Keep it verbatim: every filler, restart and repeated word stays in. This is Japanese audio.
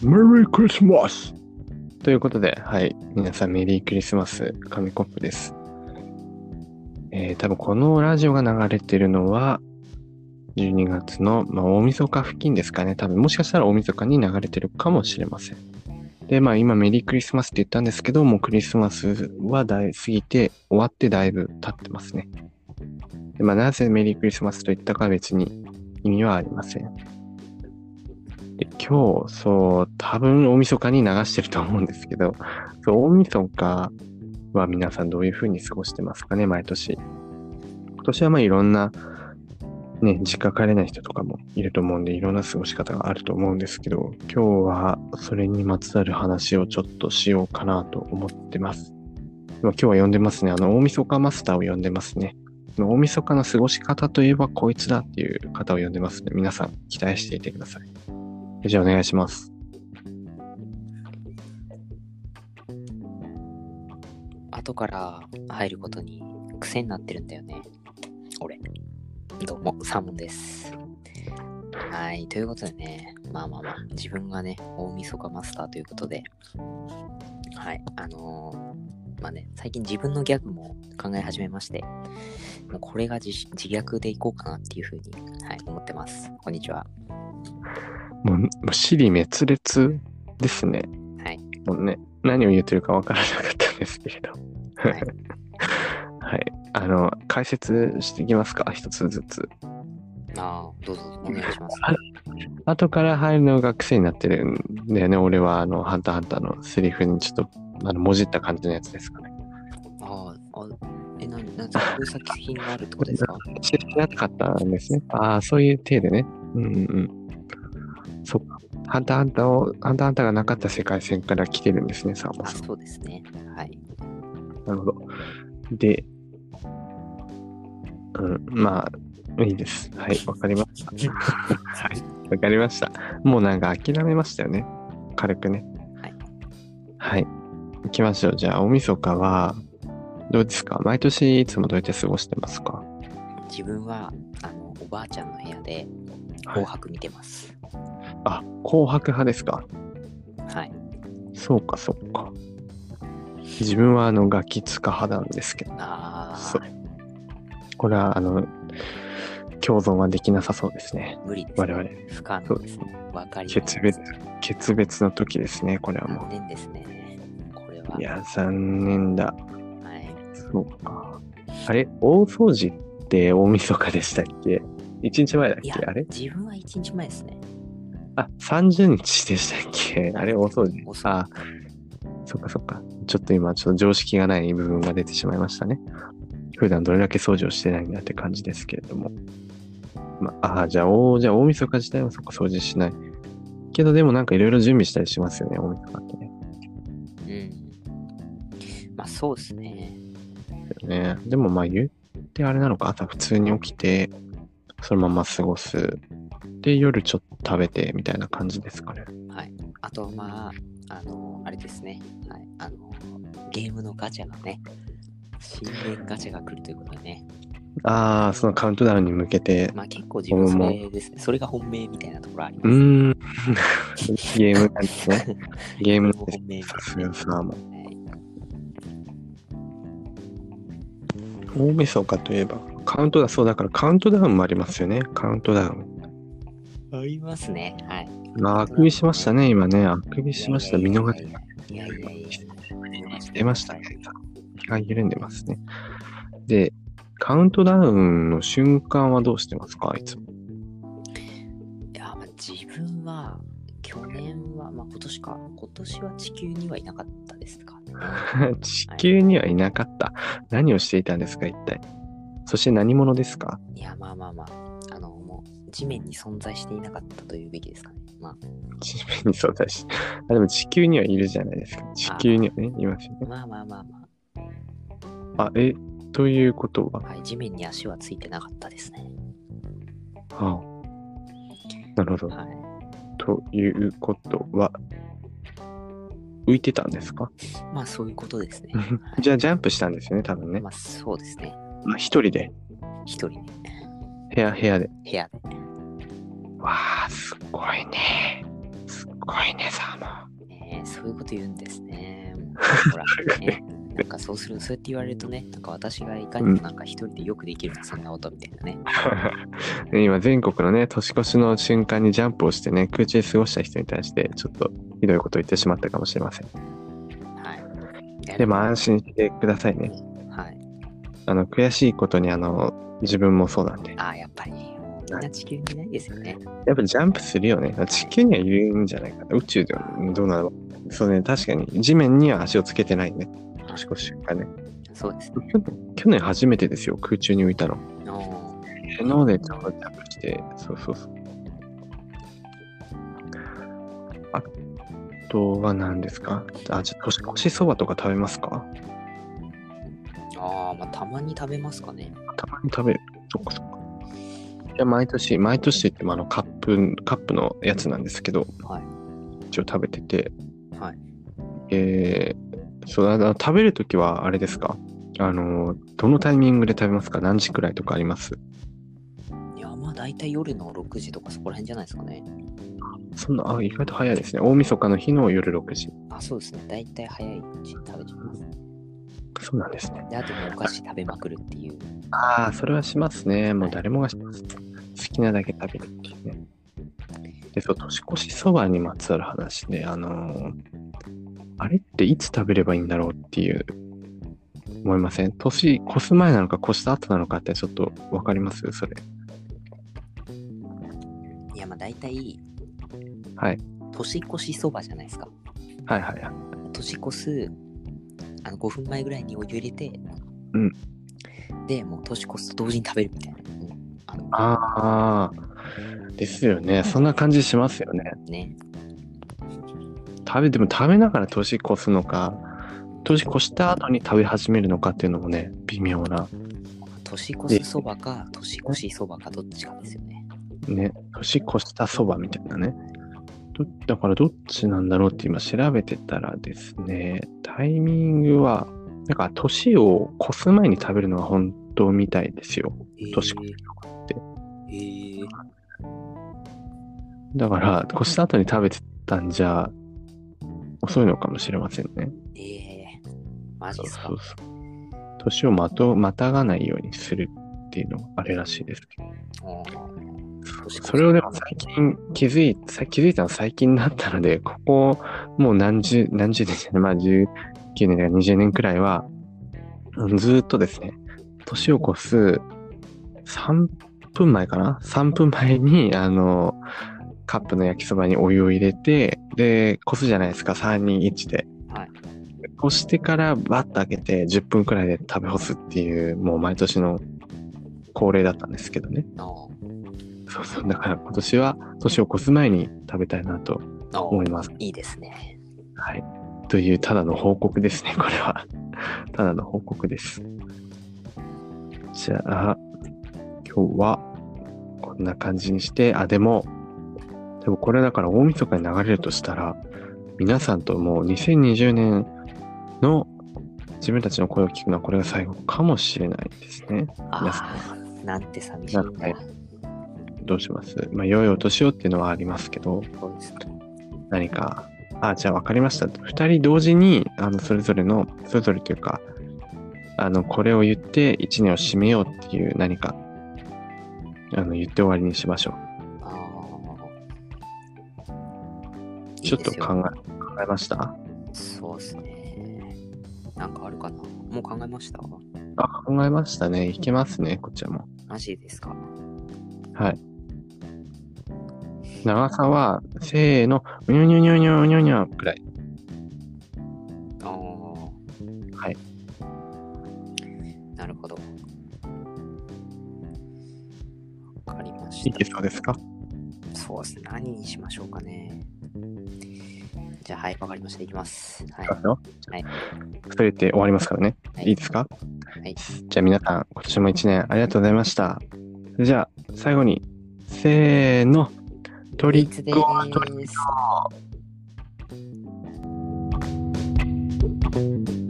メリークリスマスということで、はい、皆さんメリークリスマス、紙コップです。えー、多分このラジオが流れてるのは、じゅうにがつの、まあ、大晦日付近ですかね。多分もしかしたら大晦日に流れてるかもしれません。で、まあ今メリークリスマスって言ったんですけど、もうクリスマスはだい過ぎて、終わってだいぶ経ってますね。で、まあなぜメリークリスマスと言ったかは別に意味はありません。で、今日、そう、多分大晦日に流してると思うんですけど、そう、大晦日は皆さんどういう風に過ごしてますかね、毎年。今年はまあいろんな、ね、実家帰れない人とかもいると思うんで、いろんな過ごし方があると思うんですけど、今日はそれにまつわる話をちょっとしようかなと思ってます。今日は呼んでますね。あの、大晦日マスターを呼んでますね。大晦日の過ごし方といえばこいつだっていう方を呼んでますね。皆さん期待していてください。じゃあお願いします。 後から入ることに癖になってるんだよね。俺。どうも、サーモンです。はい、ということでね、まあまあまあ、自分がね、大晦日マスターということで、はい、あのー、まあね、最近自分のギャグも考え始めまして、もうこれが 自, 自虐でいこうかなっていうふうに、はい、思ってます。こんにちは。 もう、もう尻滅裂ですね。 はい。 もうね、何を言ってるかわからなかったんですけれど。 はい。 はい。あの、解説していきますか、一つずつ。 ああ、どうぞお願いします。 後から入るのが癖になってるんだよね。俺は、あの、ハンターハンターのセリフにちょっと、あの、もじった感じのやつですかね。 ああ、え、なに、なんかそういう作品があるってことですか？ 知らなかったんですね。ああ、そういう体でね。うんうん。そっか。ハンターハンターを、ハンターハンターがなかった世界線から来てるんですね、サーモンあ、 さん。 そうですね。はい。 なるほど。で、うん、まあ、いいです。はい、わかりました。はい、わかりました。もうなんか諦めましたよね。軽くね。 はい。 はい。行きましょう。じゃあ、大晦日は、どうですか？毎年いつもどうやって過ごしてますか？ 自分は、あの、おばあちゃんの部屋で、紅白見てます。 はい、あ、紅白派ですか？ はい。 そうか、そうか。自分は、あの、ガキ使派なんですけど。 ああ。 そう。これは、あの、共存はできなさそうですね。 無理です、ね。 我々。 不可能ですね。わかります。 決別、決別の時ですね、これはもう。 残念ですね。これは。 いや、残念だ。 はい。 そうか。あれ、大掃除って大晦日でしたっけ？一日前だっけ？あれ自分は一日前ですね。 あ、さんじゅうにちでしたっけ？あれ、大掃除。 大掃除。 あ、そっかそっか。ちょっと今、ちょっと常識がない部分が出てしまいましたね。普段どれだけ掃除をしてないんだって感じですけれども。まあ、あ、じゃあ、おじゃあ大晦日自体はそっか掃除しない。けどでもなんかいろいろ準備したりしますよね、大晦日ってね。 うん。まあそうですね。 ね。でもまあ言ってあれなのか、朝普通に起きて、そのまま過ごす。で、夜ちょっと食べてみたいな感じですかね。 はい。あと、まあ、あの、あれですね。はい。あの、ゲームのガチャがね、新年ガチャが来るということでね。 ああ、そのカウントダウンに向けて。 まあ結構自分それですね。それが本命みたいなところあります。 うーん。ゲームなんですね。ゲーム本命ですね。 さすがサーモン。大晦日といえば、カウントダウン、そうだからカウントダウンもありますよね。カウントダウン。 ありますね。はい。 あ、あくびしましたね、今ね。あくびしました。見逃し。 いやいやいや。 出ましたね。気が緩んでますね。で、カウントダウンの瞬間はどうしてますか、いつも。 いや、まあ、自分は、去年は、まあ今年か。今年は地球にはいなかったですかね。 地球にはいなかった。何をしていたんですか、一体。そして何者ですか？ いや、まあまあまあ。あの、もう、地面に存在していなかったというべきですかね。まあ。 地面に存在し。あ、でも地球にはいるじゃないですか。地球にはね、いますよね。 まあまあまあまあ。あ、え、ということは。 はい、地面に足はついてなかったですね。 はあ。なるほど。 はい。 ということは、浮いてたんですか？ まあそういうことですね。 じゃあジャンプしたんですよね、多分ね。 まあそうですね。 まあ一人で。 一人ね。 部屋、部屋で。 部屋で。 わあ、すごいね。すごいね、サーモン。 えー、そういうこと言うんですね。もうほら、ね。なんかそうする、そうやって言われるとね、なんか私がいかにもなんか一人でよくできる、そんなことみたいなね。 今、全国のね、年越しの瞬間にジャンプをしてね、空中で過ごした人に対して、ちょっとひどいことを言ってしまったかもしれません。 はい。 でも安心してくださいね。 はい。 あの、悔しいことに、あの、自分もそうなんで。 ああ、やっぱり、みんな地球にいないですよね。 やっぱジャンプするよね。地球にはいるんじゃないかな。宇宙ではどうなの？そうね、確かに地面には足をつけてないね。年越し瞬間ね。 そうですね。 去年、去年初めてですよ、空中に浮いたの。 お昨日でちょうどジャンプして、そうそうそう。あとは何ですか？あ、じゃあ年越しそばとか食べますか？ ああ、まあたまに食べますかね。 たまに食べる。そっかそっか。いや、毎年、毎年って言ってもあのカップ、カップのやつなんですけど、 はい。 一応食べてて、 はい。 えー、そうあの食べるときはあれですか？あの、どのタイミングで食べますか？何時くらいとかあります？ いや、まあ大体夜のろくじとかそこら辺じゃないですかね。 そんな、あ、意外と早いですね。大晦日の日の夜ろくじ。 あ、そうですね。大体早いうちに食べちゃいます。 そうなんですね。 で、あともうお菓子食べまくるっていう。 ああ、それはしますね。もう誰もがします。好きなだけ食べるっていうね。で、そう、年越しそばにまつわる話で、あのーあれっていつ食べればいいんだろうっていう思いません？年越す前なのか越した後なのかってちょっとわかりますそれ？ いや、まあ大体、 はい。 年越しそばじゃないですか。 はいはいはい。 年越す、あのごふんまえぐらいにお湯入れて、 うん。 で、もう年越すと同時に食べるみたいな。うん、あのああ、ですよね。そんな感じしますよね。 ね。 食べても食べながら年越すのか、年越した後に食べ始めるのかっていうのもね、微妙な。 年越すそばか、年越しそばかどっちかですよね。 ね、年越したそばみたいなね。どだからどっちなんだろうって今調べてたらですね、タイミングは、なんか年を越す前に食べるのが本当みたいですよ。年越しとかって。 へー。 だから、越した後に食べてたんじゃ、遅いのかもしれませんね。 ええー、マジそうっすか。 そうそう。年をまと、またがないようにするっていうのがあれらしいですけど。それをでも最近気づい、気づいたの最近になったので、ここもう何十、何十年じゃない、まあじゅうきゅうねんからにじゅうねんくらいは、ずーっとですね、年を越すさんぷんまえかな ?さん 分前に、あの、カップの焼きそばにお湯を入れて、で、こすじゃないですか、さんにいちで。 はい。 こしてからバッと開けてじゅっぷんくらいで食べ干すっていう、もう毎年の恒例だったんですけどね。 あそうそう。だから今年は年を越す前に食べたいなと思います。 いいですね。 はい。というただの報告ですね、これは。ただの報告です。じゃあ、今日はこんな感じにして、あ、でも、でもこれだから大晦日に流れるとしたら、皆さんともうにせんにじゅうねんの自分たちの声を聞くのはこれが最後かもしれないですね。皆さああ、なんて寂しいんだ。 なんかねんどうします？まあ、良いお年をっていうのはありますけど、 そうですね。 何か、あ、じゃあ分かりました。二人同時に、あの、それぞれの、それぞれというか、あの、これを言って一年を締めようっていう何か、あの、言って終わりにしましょう。 ああ。 ちょっと考え、考えました？ そうですね。なんかあるかな？もう考えました？ あ、考えましたね。いけますね、こっちらも。 マジですか？ はい。長さは、せーの、にょにょにょにょにょにょくらい。 ああ。 はい。 なるほど。わかりました。 いけそうですか？ そうですね。何にしましょうかね。じゃあ、はい、わかりました。いきます。はい。 いきますよ。 はい。 それって終わりますからね。 はいいいですか？ はい。 じゃあ皆さん、今年も一年ありがとうございました。じゃあ、最後に、せーの、トリックオアトリート。